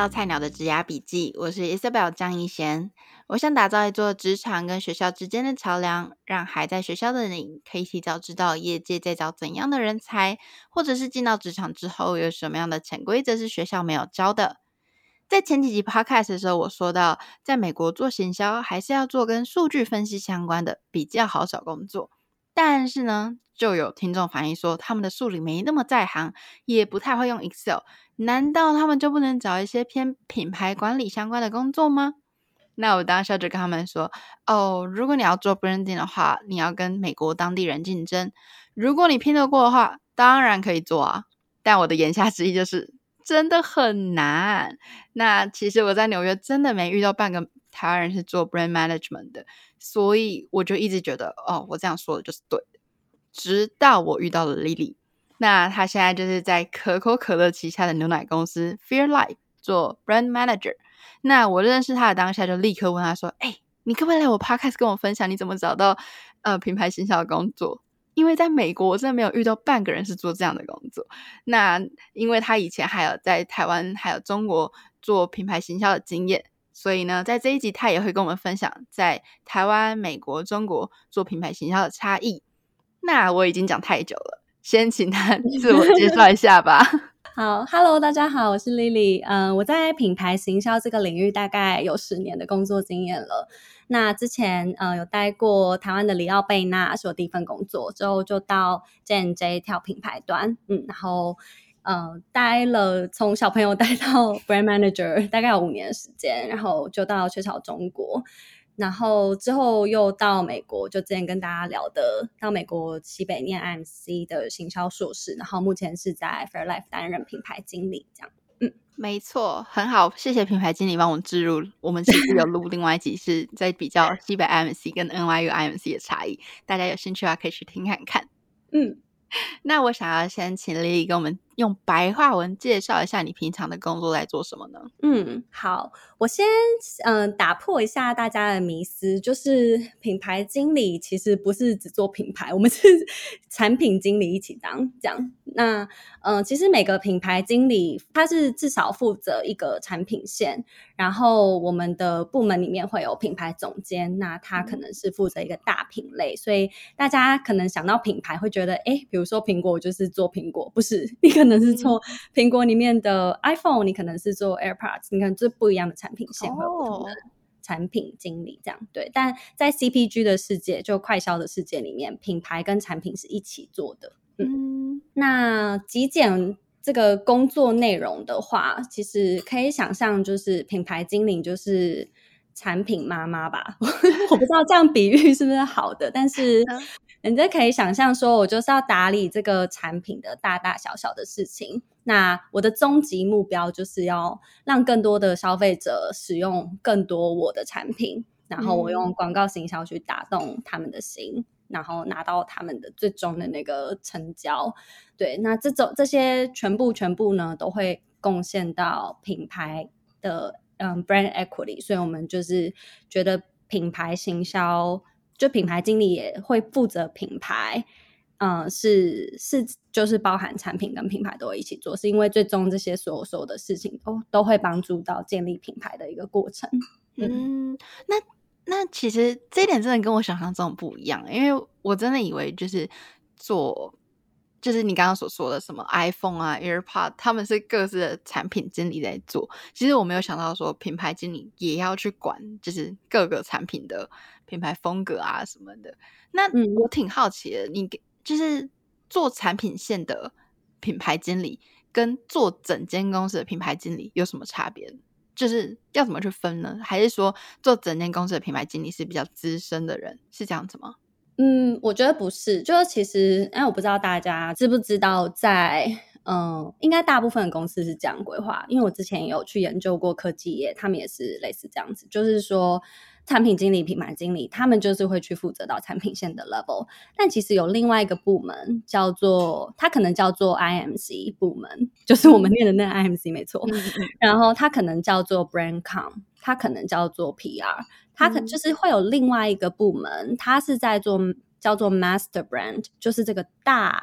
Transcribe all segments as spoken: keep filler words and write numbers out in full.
到菜鸟的职涯笔记，我是 Isabel 江一贤。我想打造一座职场跟学校之间的桥梁，让还在学校的你可以提早知道业界在找怎样的人才，或者是进到职场之后有什么样的潜规则是学校没有教的。在前几集 podcast 的时候，我说到在美国做行销还是要做跟数据分析相关的，比较好找工作。但是呢，就有听众反映说他们的数理没那么在行，也不太会用 Excel， 难道他们就不能找一些偏品牌管理相关的工作吗？那我当时就跟他们说，哦，如果你要做 branding 的话，你要跟美国当地人竞争，如果你拼得过的话，当然可以做啊。但我的言下之意就是真的很难。那其实我在纽约真的没遇到半个台湾人是做 brand management 的，所以我就一直觉得哦，我这样说的就是对的。直到我遇到了 Lily， 那她现在就是在可口可乐旗下的牛奶公司 Fairlife 做 brand manager。那我认识她的当下就立刻问她说，哎，你可不可以来我 podcast 跟我分享你怎么找到呃品牌行销的工作？因为在美国我真的没有遇到半个人是做这样的工作。那因为他以前还有在台湾还有中国做品牌行销的经验，所以呢在这一集他也会跟我们分享在台湾、美国、中国做品牌行销的差异。那我已经讲太久了，先请他自我介绍一下吧。 好 ，Hello， 大家好，我是 Lily。嗯、呃，我在品牌行销这个领域大概有十年的工作经验了。那之前呃有待过台湾的里奥贝纳是我第一份工作，之后就到 J and J 跳品牌端，嗯，然后呃待了从小朋友待到 Brand Manager， 大概有五年的时间，然后就到雀巢中国。然后之后又到美国，就之前跟大家聊的，到美国西北念 I M C 的行销硕士，然后目前是在 Fairlife 担任品牌经理，这样。嗯， 没错，很好，谢谢品牌经理帮我置入。我们其实有录另外一集是在比较西北 I M C 跟 N Y U I M C 的差异，大家有兴趣的话可以去听看看。 嗯， 那我想要先请 Lily 跟我们用白话文介绍一下你平常的工作在做什么呢？ 嗯，好，我先嗯、呃、打破一下大家的迷思，就是品牌经理其实不是只做品牌，我们是产品经理一起当这样。那嗯、呃，其实每个品牌经理他是至少负责一个产品线，然后我们的部门里面会有品牌总监，那他可能是负责一个大品类，所以大家可能想到品牌会觉得，诶，比如说苹果就是做苹果，不是，你可能是做苹果里面的 iPhone， 你可能是做 AirPods， 你可能这不一样的产品线会有不同的产品经理这样。对，但在 C P G 的世界，就快销的世界里面，品牌跟产品是一起做的。嗯，那极简这个工作内容的话，其实可以想象就是品牌经理就是产品妈妈吧。我不知道这样比喻是不是好的，但是你就可以想象说我就是要打理这个产品的大大小小的事情。那我的终极目标就是要让更多的消费者使用更多我的产品，然后我用广告行销去打动他们的心，然后拿到他们的最终的那个成交。对，那这种这些全部全部呢都会贡献到品牌的嗯 brand equity， 所以我们就是觉得品牌行销就品牌经理也会负责品牌，嗯，是是就是包含产品跟品牌都会一起做，是因为最终这些所有所有的事情都都会帮助到建立品牌的一个过程。 嗯，那那其实这一点真的跟我想象中不一样，因为我真的以为就是做就是你刚刚所说的什么 iPhone 啊 AirPod 他们是各自的产品经理在做，其实我没有想到说品牌经理也要去管就是各个产品的品牌风格啊什么的。那我挺好奇的，你就是做产品线的品牌经理跟做整间公司的品牌经理有什么差别？就是要怎么去分呢？还是说做整间公司的品牌经理是比较资深的人，是这样子吗？ 嗯，我觉得不是，就是其实，哎，我不知道大家知不知道在，在嗯，应该大部分的公司是这样规划，因为我之前也有去研究过科技业，他们也是类似这样子，就是说产品经理、品牌经理，他们就是会去负责到产品线的 level， 但其实有另外一个部门叫做，它可能叫做 I M C 部门，就是我们念的那个 I M C 没错，嗯、然后它可能叫做 brand com， 它可能叫做 P R。它可就是会有另外一个部门，它是在做叫做 master brand， 就是这个大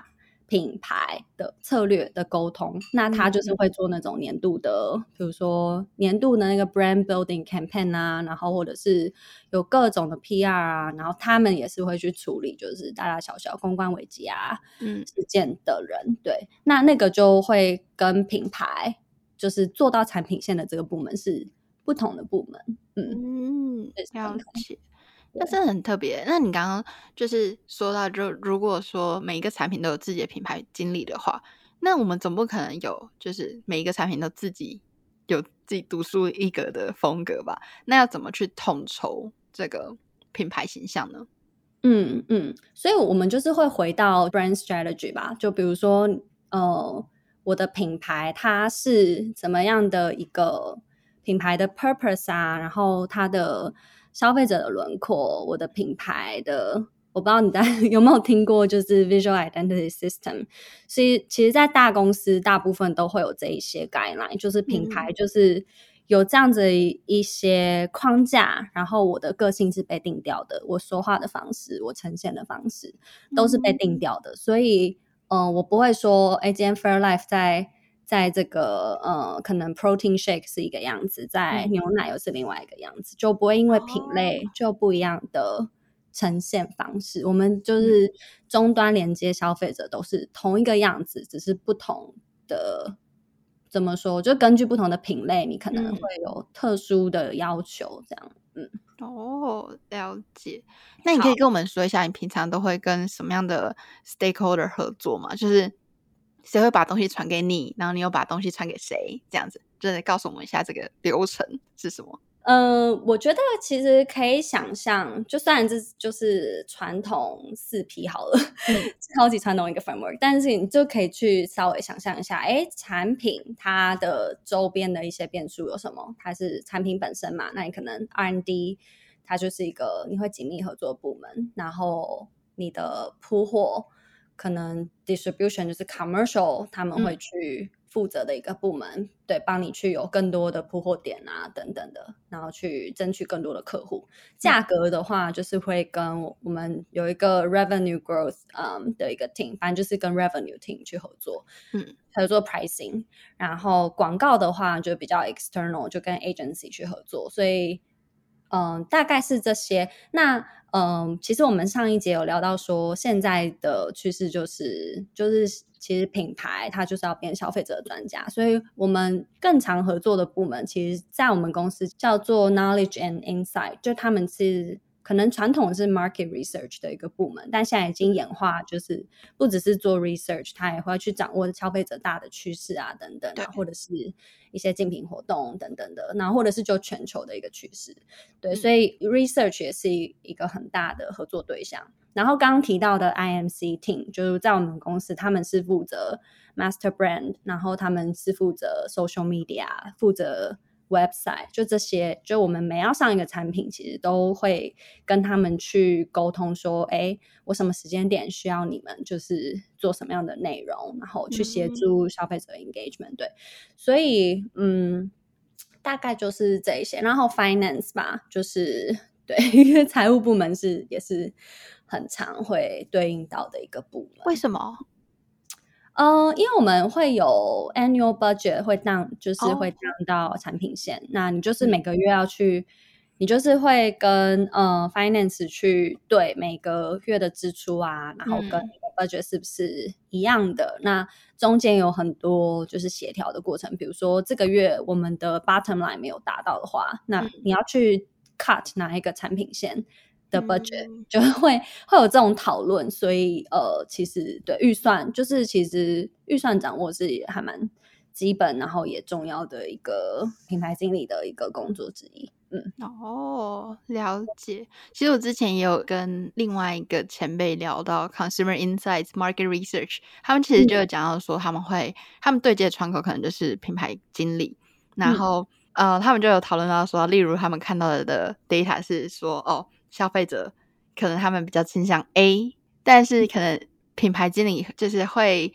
品牌的策略的沟通，那他就是会做那种年度的，比如说年度的那个 brand building campaign 啊，然后或者是有各种的 P R 啊，然后他们也是会去处理就是大大小小公关危机啊事件的人，对，那那个就会跟品牌就是做到产品线的这个部门是不同的部门。嗯， 嗯，了解。那真的很特别。那你刚刚就是说到，就如果说每一个产品都有自己的品牌经理的话，那我们总不可能有就是每一个产品都自己有自己独树一格的风格吧？那要怎么去统筹这个品牌形象呢？ 嗯嗯，所以我们就是会回到 brand strategy 吧，就比如说呃，我的品牌它是怎么样的一个品牌的 purpose 啊，然后它的消费者的轮廓，我的品牌的，我不知道你在有没有听过就是 visual identity system， 所以其实在大公司大部分都会有这一些 guideline， 就是品牌就是有这样子一些框架，然后我的个性是被定掉的，我说话的方式，我呈现的方式都是被定掉的，所以嗯、呃，我不会说哎，今天 Fairlife 在在这个呃，可能 protein shake 是一个样子，在牛奶又是另外一个样子，就不会因为品类就不一样的呈现方式。我们就是终端连接消费者都是同一个样子，只是不同的怎么说？就根据不同的品类，你可能会有特殊的要求，这样。嗯， 哦，了解。那你可以跟我们说一下，你平常都会跟什么样的 stakeholder 合作吗？就是谁会把东西传给你，然后你又把东西传给谁，这样子，就是告诉我们一下这个流程是什么？ 呃，我觉得其实可以想象，就算这就是传统四 P 好了，超级传统一个 framework， 但是你就可以去稍微想象一下，哎，产品它的周边的一些变数有什么？它是产品本身嘛，那你可能 R and D 它就是一个你会紧密合作部门，然后你的铺货可能 distribution 就是 commercial 他们会去负责的一个部门，嗯、对，帮你去有更多的铺货点啊等等的，然后去争取更多的客户。价格的话，就是会跟我们有一个 revenue growth 嗯的一个 team， 反正就是跟 revenue team 去合作，嗯，合作 pricing。然后广告的话就比较 external， 就跟 agency 去合作，所以嗯，大概是这些。那嗯，其实我们上一节有聊到说，现在的趋势就是就是其实品牌它就是要变消费者的专家，所以我们更常合作的部门，其实在我们公司叫做 Knowledge and Insight， 就他们是可能传统是 market research 的一个部门，但现在已经演化，就是不只是做 research， 他也会去掌握消费者大的趋势啊等等啊，或者是一些竞品活动等等的，然后或者是就全球的一个趋势。对，所以 research 也是一个很大的合作对象。然后刚刚提到的 I M C team， 就是在我们公司，他们是负责 master brand， 然后他们是负责 social media， 负责website， 就这些，就我们每要上一个产品，其实都会跟他们去沟通说，哎，我什么时间点需要你们就是做什么样的内容，然后去协助消费者 engagement， 对，所以嗯，大概就是这一些。然后 finance 吧，就是对，因为财务部门是也是很常会对应到的一个部门。 为什么？ 呃，因为我们会有 annual budget 会当就是会当到产品线， oh. 那你就是每个月要去，嗯、你就是会跟呃 finance 去对每个月的支出啊，然后跟你的 budget 是不是一样的？嗯、那中间有很多就是协调的过程，比如说这个月我们的 bottom line 没有达到的话，那你要去 cut 哪一个产品线的 budget，嗯、就会会有这种讨论，所以呃，其实对预算就是其实预算掌握是还蛮基本，然后也重要的一个品牌经理的一个工作之一。嗯， 哦，了解。其实我之前也有跟另外一个前辈聊到 consumer insights、market research， 他们其实就有讲到说他们会，嗯、他们对接的窗口可能就是品牌经理，然后、嗯、呃，他们就有讨论到说，例如他们看到的 data 是说，哦，消费者可能他们比较倾向 A， 但是可能品牌经理就是会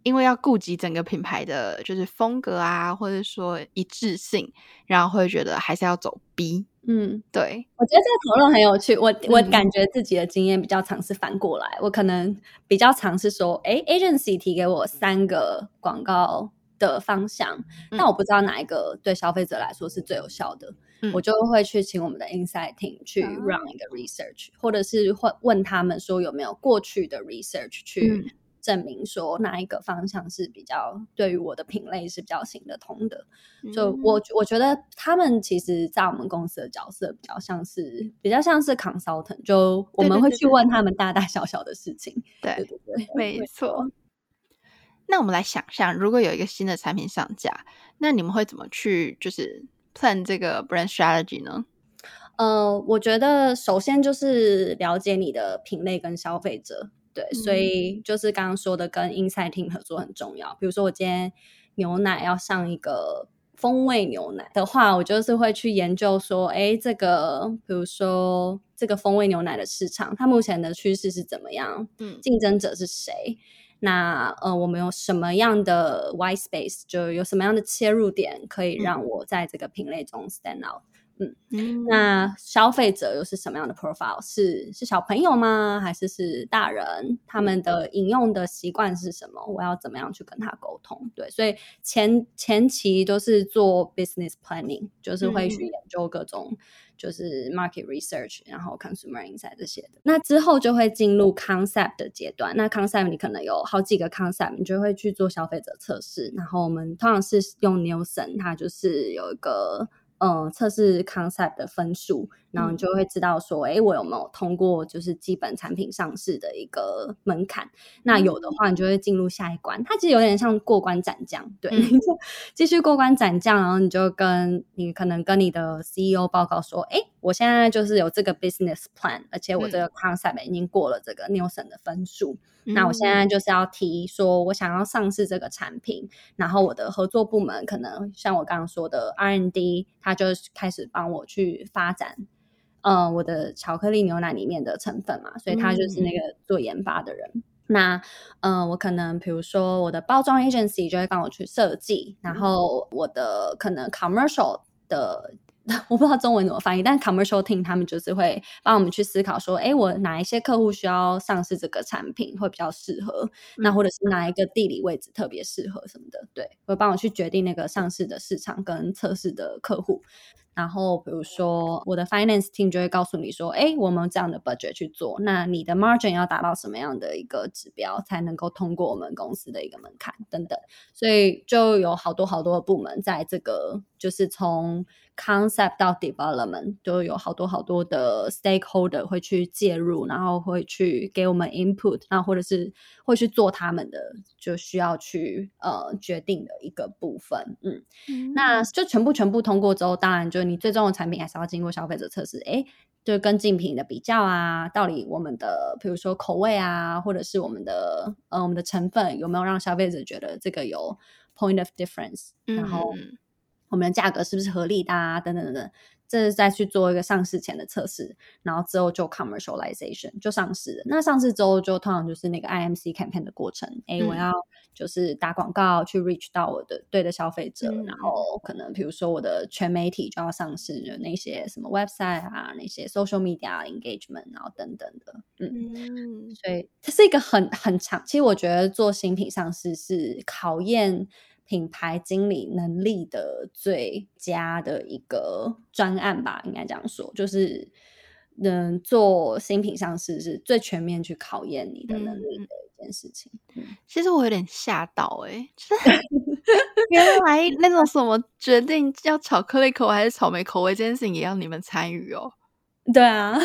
因为要顾及整个品牌的就是风格啊，或者说一致性，然后会觉得还是要走 B。 嗯， 对， 我觉得这个讨论很有趣。我我嗯感觉自己的经验比较常是反过来，我可能比较常是说，诶 agency 提给我三个广告的方向，但我不知道哪一个对消费者来说是最有效的， 嗯我就会去请我们的 insight team 去哦 run 一个 research，、或者是会问他们说有没有过去的 research 去嗯证明说哪一个方向是比较对于我的品类是比较行得通的。就我嗯我觉得他们其实在我们公司的角色比较像是比较像是 consultant， 就我们会去问他们大大小小的事情。 对对对对， 没错。那我们来想象，如果有一个新的产品上架，那你们会怎么去就是 plan 这个 brand strategy 呢？ 呃，我觉得首先就是了解你的品类跟消费者，对， 嗯所以就是刚刚说的跟 insight team 合作很重要。比如说我今天牛奶要上一个风味牛奶的话，我就是会去研究说，哎，这个比如说这个风味牛奶的市场，它目前的趋势是怎么样？ 嗯竞争者是谁？那呃，我们有什么样的 white space，就有什么样的切入点可以让我在这个品类中 stand out？嗯， 嗯那消费者又是什么样的 profile？ 是是小朋友吗？还是是大人？他们的饮用的习惯是什么？我要怎么样去跟他沟通？对，所以前前期都是做 business planning， 就是会去研究各种就是 market research， 然后 consumer insight 这些的。那之后就会进入 concept 的阶段。那 concept 你可能有好几个 concept， 你就会去做消费者测试。然后我们通常是用 Nielsen， 它就是有一个呃，测试 concept 的分数，然后你就会知道说，诶，我有没有通过就是基本产品上市的一个门槛。那有的话，你就会进入下一关。它其实有点像过关斩将，对， 嗯你就继续过关斩将，然后你就跟你可能跟你的 C E O 报告说，诶，我现在就是有这个 business plan， 而且我这个 concept 已经过了这个 Nielsen 的分数。 嗯那我现在就是要提说我想要上市这个产品，然后我的合作部门可能像我刚刚说的 R and D， 他就开始帮我去发展呃我的巧克力牛奶里面的成分嘛，所以他就是那个做研发的人。那呃，我可能比如说我的包装 agency 就会帮我去设计，然后我的可能 commercial 的我不知道中文怎么翻译，但 commercial team 他们就是会帮我们去思考说，诶，我哪一些客户需要上市这个产品会比较适合，那或者是哪一个地理位置特别适合什么的，对，会帮我去决定那个上市的市场跟测试的客户。然后比如说我的 finance team 就会告诉你说，诶，我们有这样的 budget 去做，那你的 margin 要达到什么样的一个指标才能够通过我们公司的一个门槛等等。所以就有好多好多的部门在这个就是从 concept 到 development 就有好多好多的 stakeholder 会去介入，然后会去给我们 input， 然后或者是会去做他们的就需要去呃决定的一个部分。嗯， 嗯那就全部全部通过之后，当然就你最终的产品还是要经过消费者测试，诶，就跟竞品的比较啊，到底我们的比如说口味啊，或者是我们的呃我们的成分有没有让消费者觉得这个有 point of difference，、 嗯然后我们的价格是不是合理的啊，等等等等，这是再去做一个上市前的测试，然后之后就 commercialization 就上市了。那上市之后就通常就是那个 I M C campaign 的过程，诶、 嗯我要就是打广告去 reach 到我的对的消费者， 嗯然后可能比如说我的全媒体就要上市，就那些什么 website 啊，那些 social media engagement， 然后等等的。嗯， 嗯所以这是一个很很长，其实我觉得做新品上市是考验品牌经理能力的最佳的一个专案吧，应该这样说，就是嗯，做新品上市是最全面去考验你的能力的一件事情。嗯， 其实我有点吓到诶、欸，就是原来那种什么决定要巧克力口味还是草莓口味这件事情也要你们参与哦。 对啊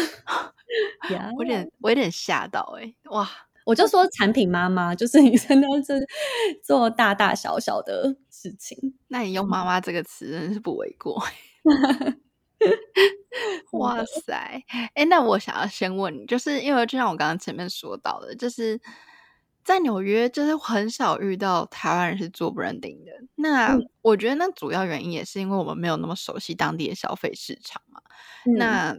，yeah， 我有点我有点吓到诶、欸，哇！ 我就说产品妈妈就是你真的是做大大小小的事情。 那你用妈妈这个词真的是不为过。哇塞，诶，那我想要先问你，就是因为就像我刚刚前面说到的，就是在纽约就是很少遇到台湾人是做 branding 的。那嗯我觉得那主要原因也是因为我们没有那么熟悉当地的消费市场嘛。 嗯那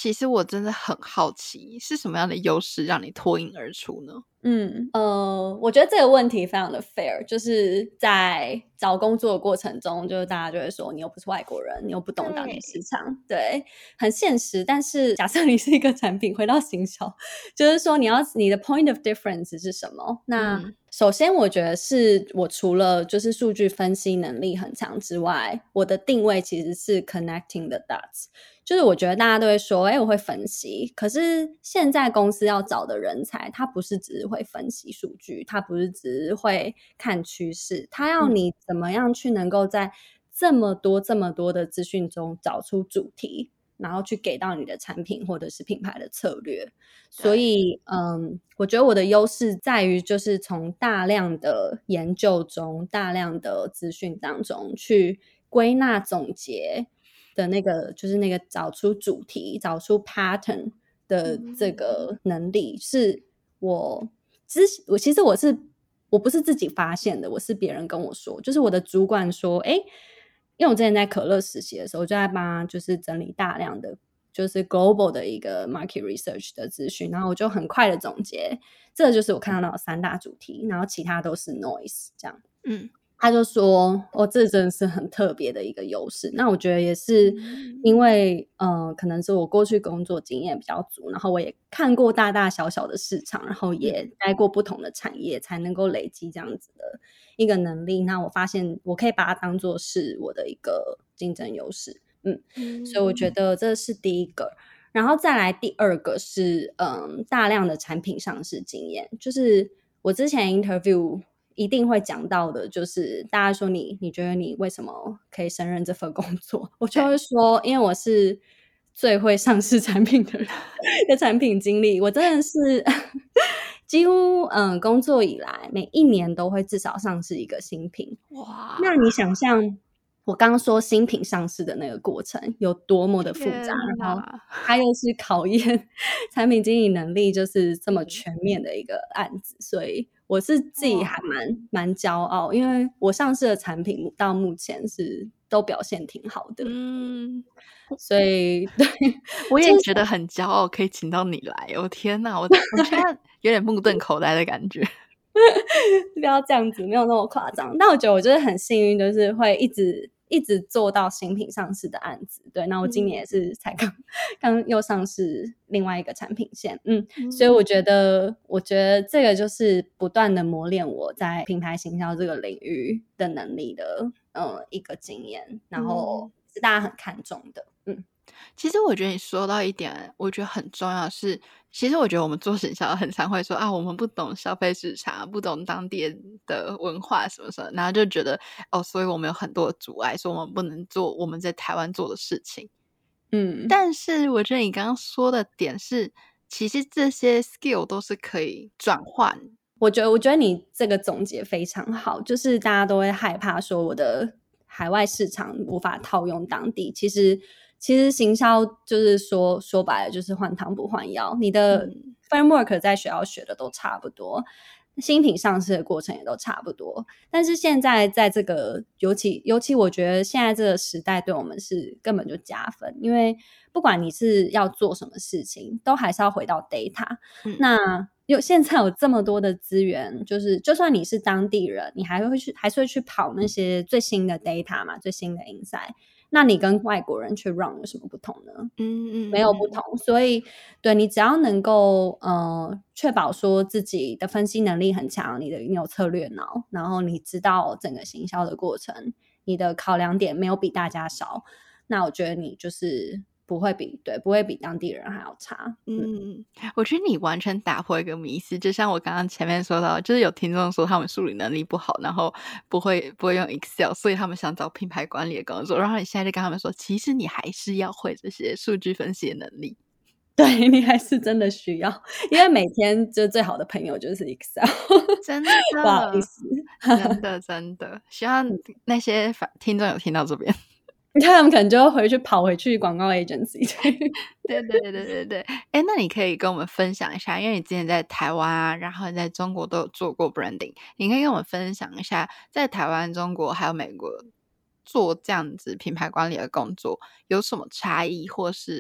其实我真的很好奇，是什么样的优势让你脱颖而出呢？ 嗯，呃，我觉得这个问题非常的 fair，就是在找工作的过程中，就是大家就会说你又不是外国人，你又不懂当地市场，对，很现实。但是假设你是一个产品，回到行销，就是说你要你的 point of difference 是什么？那、嗯、首先我觉得是我除了就是数据分析能力很强之外，我的定位其实是 connecting the dots。就是我觉得大家都会说，哎，我会分析。可是现在公司要找的人才，他不是只是会分析数据，他不是只是会看趋势，他要你怎么样去能够在这么多这么多的资讯中找出主题，然后去给到你的产品或者是品牌的策略。所以，嗯，我觉得我的优势在于，就是从大量的研究中、大量的资讯当中去归纳总结。的那个就是那个找出主题找出 pattern 的这个能力、嗯、是我之我其实我是我不是自己发现的，我是别人跟我说，就是我的主管说，哎，因为我之前在可乐实习的时候，就在帮他就是整理大量的就是 global 的一个 market research 的资讯，然后我就很快的总结，这就是我看到的三大主题，然后其他都是 noise 这样。嗯。他就说哦，这真的是很特别的一个优势。那我觉得也是因为呃，可能是我过去工作经验比较足，然后我也看过大大小小的市场，然后也待过不同的产业，才能够累积这样子的一个能力。那我发现我可以把它当作是我的一个竞争优势。嗯，所以我觉得这是第一个。然后再来第二个是嗯，大量的产品上市经验，就是我之前 interview一定会讲到的，就是大家说你你觉得你为什么可以胜任这份工作，我就会说因为我是最会上市产品的人的产品经理，我真的是几乎嗯工作以来每一年都会至少上市一个新品。哇，那你想象我刚刚说新品上市的那个过程有多么的复杂，然后它又是考验产品经理能力就是这么全面的一个案子，所以我是自己还蛮蛮骄傲，因为我上市的产品到目前是都表现挺好的。嗯，所以对我也觉得很骄傲，可以请到你来。我、哦、天哪，我我现在有点目瞪口呆的感觉。 不要这样子，没有那么夸张。但我觉得我就是很幸运，就是会一直一直做到新品上市的案子。对，那我今年也是才刚、嗯、刚又上市另外一个产品线，嗯，嗯所以我觉得我觉得这个就是不断的磨练我在品牌行销这个领域的能力的呃一个经验，然后是大家很看重的，嗯。 其实我觉得你说到一点我觉得很重要的是，其实我觉得我们做行销很常会说啊，我们不懂消费市场，不懂当地的文化什么什么，然后就觉得哦，所以我们有很多的阻碍，说我们不能做我们在台湾做的事情。嗯，但是我觉得你刚刚说的点是，其实这些 skill 都是可以转换。 我觉得我觉得你这个总结非常好，就是大家都会害怕说我的海外市场无法套用当地，其实其实行销就是说说白了就是换汤不换药，你的 framework 在学校学的都差不多，新品上市的过程也都差不多，但是现在在这个尤其尤其我觉得现在这个时代对我们是根本就加分，因为不管你是要做什么事情都还是要回到 data、嗯、那有现在有这么多的资源，就是就算你是当地人，你还会去还是会去跑那些最新的 data 嘛，最新的 insight， 那你跟外国人去 run 有什么不同呢？嗯嗯，没有不同。所以对，你只要能够呃确保说自己的分析能力很强，你的你有策略脑，然后你知道整个行销的过程，你的考量点没有比大家少，那我觉得你就是不会比对不会比当地人还要差。 嗯，嗯我觉得你完全打破一个迷思，就像我刚刚前面说到，就是有听众说他们数理能力不好，然后不会不会用 Excel， 所以他们想找品牌管理的工作，然后你现在就跟他们说，其实你还是要会这些数据分析的能力。 对，你还是真的需要，因为每天就最好的朋友就是 Excel。 真的，不好意思，真的真的，希望那些听众有听到这边。 你看他们可能就会回去跑回去广告 agency。 对对对对对。诶，那你可以跟我们分享一下，因为你之前在台湾啊，然后你在中国都有做过 branding， 你可以跟我们分享一下在台湾、中国还有美国做这样子品牌管理的工作有什么差异，或是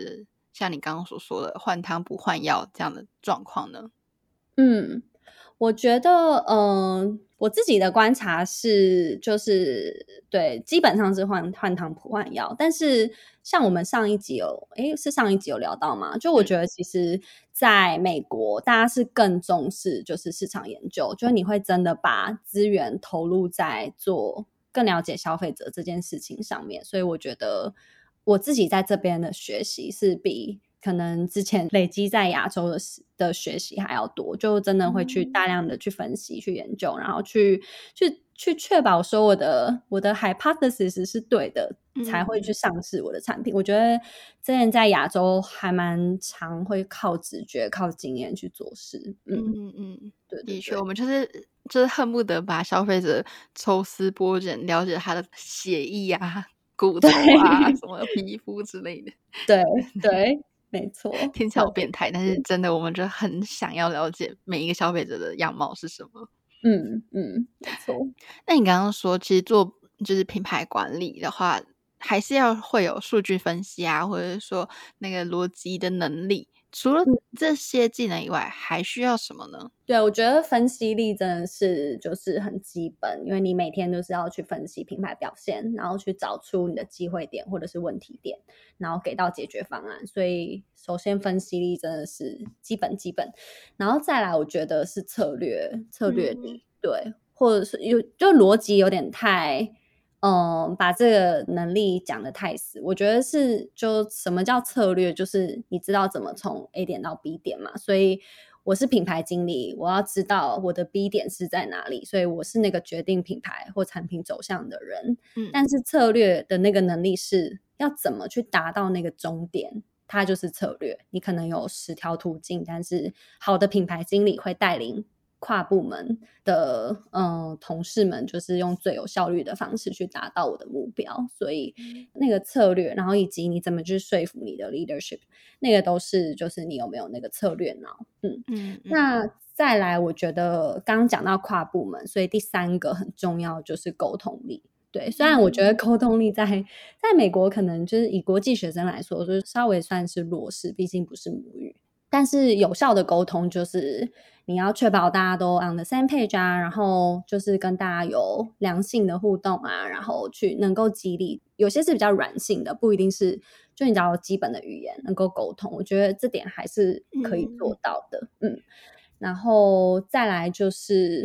像你刚刚所说的换汤不换药这样的状况呢？ 嗯，我觉得，嗯、呃，我自己的观察是，就是对，基本上是换换汤不换药。但是像我们上一集有，诶，是上一集有聊到吗？就我觉得其实在美国，大家是更重视就是市场研究，就是你会真的把资源投入在做更了解消费者这件事情上面。所以我觉得我自己在这边的学习是比可能之前累积在亚洲的的学习还要多，就真的会去大量的去分析、去研究，然后去去去确保说我的我的 hypothesis 是对的，才会去上市我的产品。我觉得之前在亚洲还蛮常会靠直觉、靠经验去做事。嗯嗯嗯， 对对的确， 对。 我们就是就是恨不得把消费者抽丝剥茧，了解他的血液啊、骨头啊、什么皮肤之类的。 对对，没错， 听起来特别好变态，但是真的我们就很想要了解每一个消费者的样貌是什么。 嗯嗯，没错。 那你刚刚说，其实做就是品牌管理的话，还是要会有数据分析啊，或者说那个逻辑的能力。除了嗯这些技能以外，还需要什么呢？ 对，我觉得分析力真的是就是很基本，因为你每天都是要去分析品牌表现，然后去找出你的机会点或者是问题点，然后给到解决方案。所以首先分析力真的是基本基本，然后再来我觉得是策略策略力，对，或者是有就逻辑有点太嗯，把这个能力讲得太死，我觉得是就什么叫策略，就是你知道怎么从 A 点到 B 点嘛，所以我是品牌经理，我要知道我的 B 点是在哪里，所以我是那个决定品牌或产品走向的人。 嗯但是策略的那个能力是要怎么去达到那个终点，它就是策略。你可能有十条途径，但是好的品牌经理会带领跨部门的嗯同事们，就是用最有效率的方式去达到我的目标。所以那个策略，然后以及你怎么去说服你的 leadership，那个都是就是你有没有那个策略脑。嗯， 嗯嗯那再来，我觉得刚刚讲到跨部门，所以第三个很重要就是沟通力。对，虽然我觉得沟通力在在美国可能就是以国际学生来说，就是稍微算是弱势，毕竟不是母语。但是有效的沟通就是你要确保大家都 on the same page 啊，然后就是跟大家有良性的互动啊，然后去能够激励。有些是比较软性的，不一定是就你只要有基本的语言能够沟通，我觉得这点还是可以做到的。嗯。然后再来就是，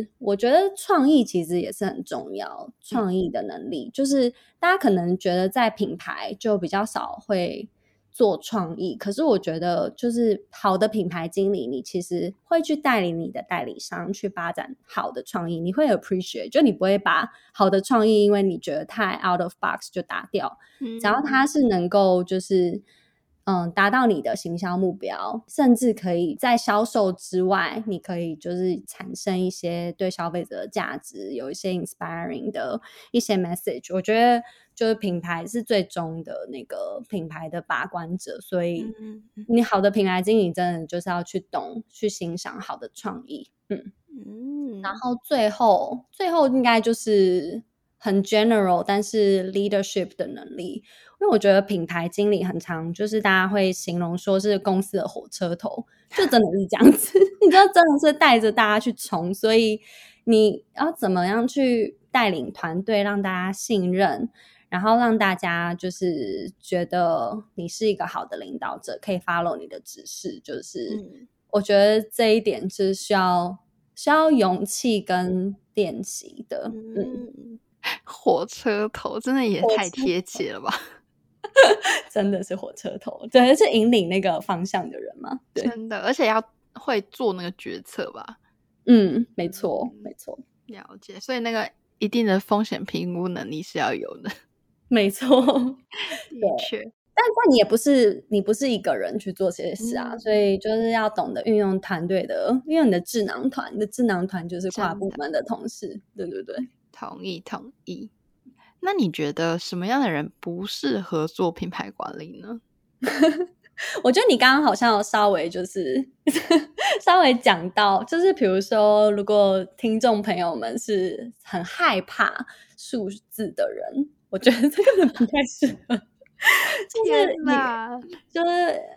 我觉得创意其实也是很重要，创意的能力，就是大家可能觉得在品牌就比较少会做创意，可是我觉得就是好的品牌经理，你其实会去带领你的代理商去发展好的创意，你会 appreciate， 就你不会把好的创意因为你觉得太 out of box 就打掉，只要它是能够就是嗯，达到你的行销目标，甚至可以在销售之外，你可以就是产生一些对消费者的价值，有一些 inspiring 的一些 message。我觉得就是品牌是最终的那个品牌的把关者，所以你好的品牌经理真的就是要去懂去欣赏好的创意。嗯嗯，然后最后最后应该就是很 general， 但是 leadership 的能力。因为我觉得品牌经理很常就是大家会形容说是公司的火车头，就真的是这样子，你就真的是带着大家去冲，所以你要怎么样去带领团队，让大家信任，然后让大家就是觉得你是一个好的领导者，可以 follow 你的指示，就是我觉得这一点是需要需要勇气跟练习的。嗯， 火车头真的也太贴切了吧。 真的是火车头，对，是引领那个方向的人嘛？对， 真的，而且要会做那个决策吧？ 嗯，没错，没错， 了解。所以那个一定的风险评估能力是要有的， 没错， 的确。 但但你也不是你不是一个人去做这些事啊，嗯、所以就是要懂得运用团队的，运用你的智囊团，你的智囊团就是跨部门的同事，对对对， 同意同意。那你觉得什么样的人不适合做品牌管理呢？ 我觉得你刚刚好像有稍微就是稍微讲到，就是比如说，如果听众朋友们是很害怕数字的人，我觉得这个人不太适合。就是你，就是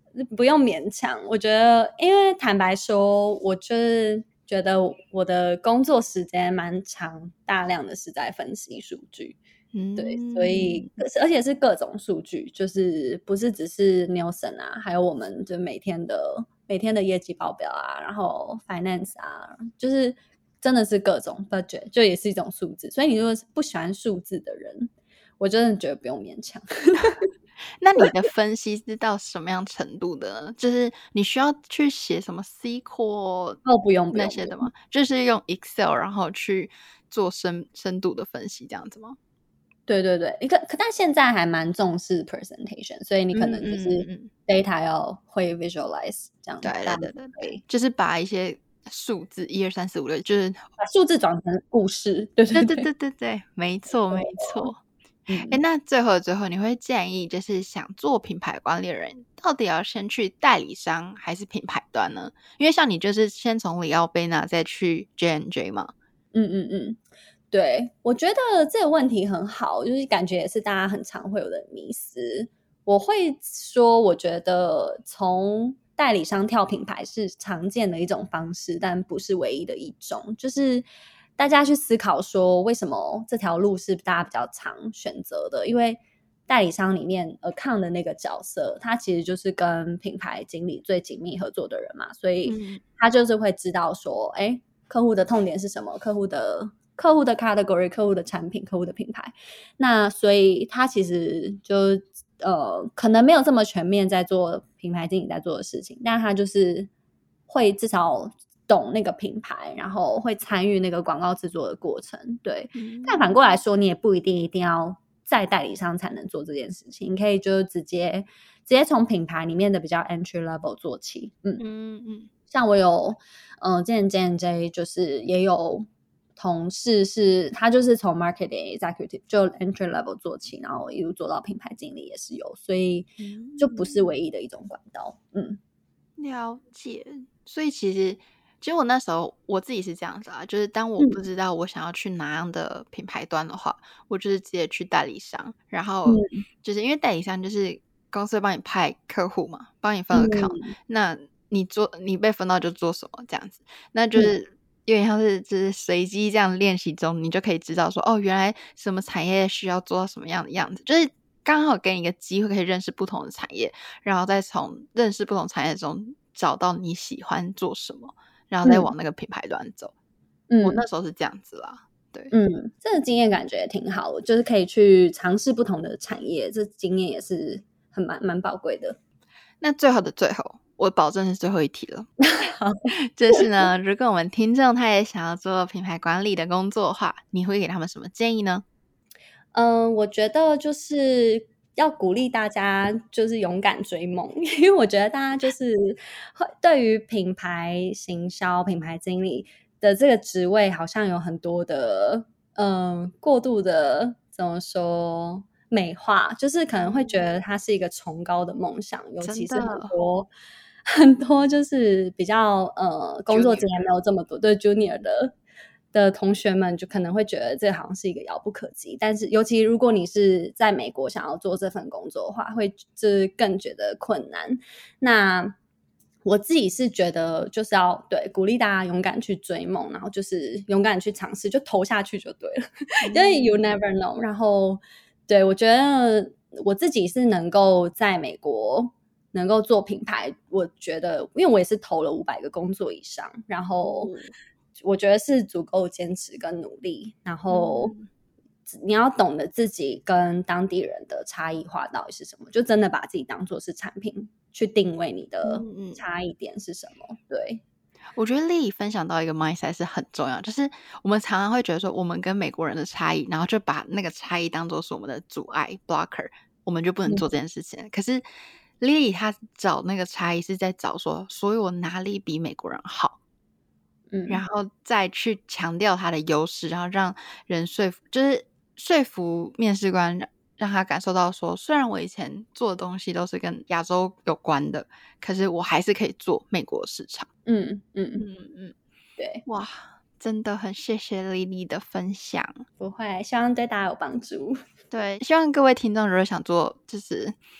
不用勉强。我觉得，因为坦白说，我就是觉得我的工作时间蛮长，大量的是在分析数据。对，所以而且是各种数据，就是不是只是 Nielsen 啊，还有我们就每天的每天的业绩报表啊，然后 finance 啊，就是真的是各种 budget， 就也是一种数字。所以你如果是不喜欢数字的人，我真的觉得不用勉强。 那你的分析是到什么样程度的呢？就是你需要去写什么 S Q L 哦，不用不用那些的吗？就是用 Excel 然后去做深深度的分析这样子吗？ 对对对，可可但现在还蛮重视 presentation， 所以你可能就是 data 要会 visualize 这样。 对对对对对，就是把一些数字一二三四五六，就是把数字转成故事。对对对对对对对，没错没错。 嗯， 哎，那最后最后你会建议就是想做品牌管理的人，到底要先去代理商还是品牌端呢？因为像你就是先从里奥贝纳再去 J and J 嘛。 嗯嗯嗯。对，我觉得这个问题很好，就是感觉也是大家很常会有的迷思。我会说，我觉得从代理商跳品牌是常见的一种方式，但不是唯一的一种。就是大家去思考说，为什么这条路是大家比较常选择的？因为代理商里面 account 的那个角色，他其实就是跟品牌经理最紧密合作的人嘛，所以他就是会知道说，哎，客户的痛点是什么，客户的客户的 category， 客户的产品，客户的品牌。那所以他其实就呃可能没有这么全面在做品牌经理在做的事情，但他就是会至少懂那个品牌，然后会参与那个广告制作的过程。对，嗯、但反过来说，你也不一定一定要在代理商才能做这件事情，你可以就直接直接从品牌里面的比较 entry level 做起。嗯嗯嗯，像我有呃之前 J and J 就是也有同事是他就是从 marketing executive 就 entry level 做起，然后一路做到品牌经理也是有，所以就不是唯一的一种管道。嗯， 了解。所以其实其实我那时候我自己是这样子啊，就是当我不知道我想要去哪样的品牌端的话，嗯、我就是直接去代理商，然后就是因为代理商就是公司会帮你派客户嘛，帮你分 account，、嗯、那你做你被分到就做什么这样子，那就是。嗯有点像是就是随机这样练习中，你就可以知道说，哦，原来什么产业需要做到什么样的样子，就是刚好给你一个机会可以认识不同的产业，然后再从认识不同产业中找到你喜欢做什么，然后再往那个品牌端走。嗯，我那时候是这样子啦。对， 嗯，这个经验感觉也挺好，就是可以去尝试不同的产业，这经验也是很蛮蛮宝贵的。 那最后的最后，我保证是最后一题了。就是呢，如果我们听众他也想要做品牌管理的工作的话，你会给他们什么建议呢？ 嗯，我觉得就是要鼓励大家就是勇敢追梦，因为我觉得大家就是会对于品牌行销、品牌经理的这个职位，好像有很多的嗯过度的怎么说美化，就是可能会觉得它是一个崇高的梦想，尤其是很多很多就是比较呃工作经验没有这么多对 junior 的。的同学们就可能会觉得这好像是一个遥不可及，但是尤其如果你是在美国想要做这份工作的话，会就是更觉得困难。那我自己是觉得就是要对鼓励大家勇敢去追梦，然后就是勇敢去尝试，就投下去就对了，因为 you never know。然后对我觉得我自己是能够在美国能够做品牌，我觉得因为我也是投了五百个工作以上，然后。嗯我觉得是足够坚持跟努力，然后你要懂得自己跟当地人的差异化到底是什么，就真的把自己当作是产品去定位你的差异点是什么。对， 我觉得丽丽分享到一个 mindset 是很重要，就是我们常常会觉得说我们跟美国人的差异，然后就把那个差异当作是我们的阻碍 blocker， 我们就不能做这件事情。嗯、可是丽丽她找那个差异是在找说，所以我哪里比美国人好。嗯，然后再去强调他的优势，然后让人说服，就是说服面试官，让他感受到说，虽然我以前做的东西都是跟亚洲有关的，可是我还是可以做美国市场。 嗯嗯嗯嗯，对， 哇，真的很谢谢莉莉的分享。 不会，希望对大家有帮助。 对，希望各位听众如果想做就是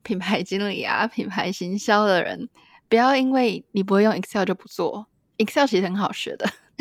品牌经理啊、品牌行销的人，不要因为你不会用 Excel 就不做。Excel 其实很好学的。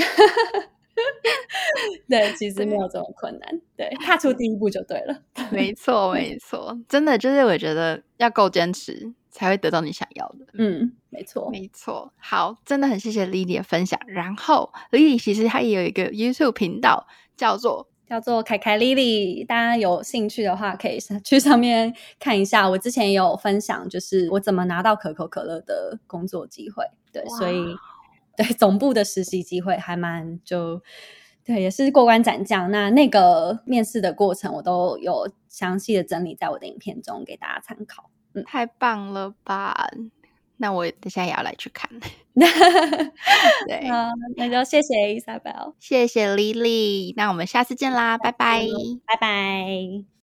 对，其实没有这么困难，对，踏出第一步就对了。 没错没错，真的就是我觉得要够坚持才会得到你想要的。 嗯，没错没错。好，真的很谢谢 Lily 的分享。然后 Lily 其实她也有一个 YouTube 频道叫做叫做凯凯 Lily， 大家有兴趣的话可以去上面看一下。我之前也有分享，就是我怎么拿到可口可乐的工作机会。对，所以对总部的实习机会还蛮就对，也是过关斩将。那那个面试的过程我都有详细的整理在我的影片中给大家参考。嗯， 太棒了吧！那我等下也要来去看。对， 好，那就谢谢 Isabel， 谢谢 Lily， 那我们下次见啦，拜拜， 拜拜。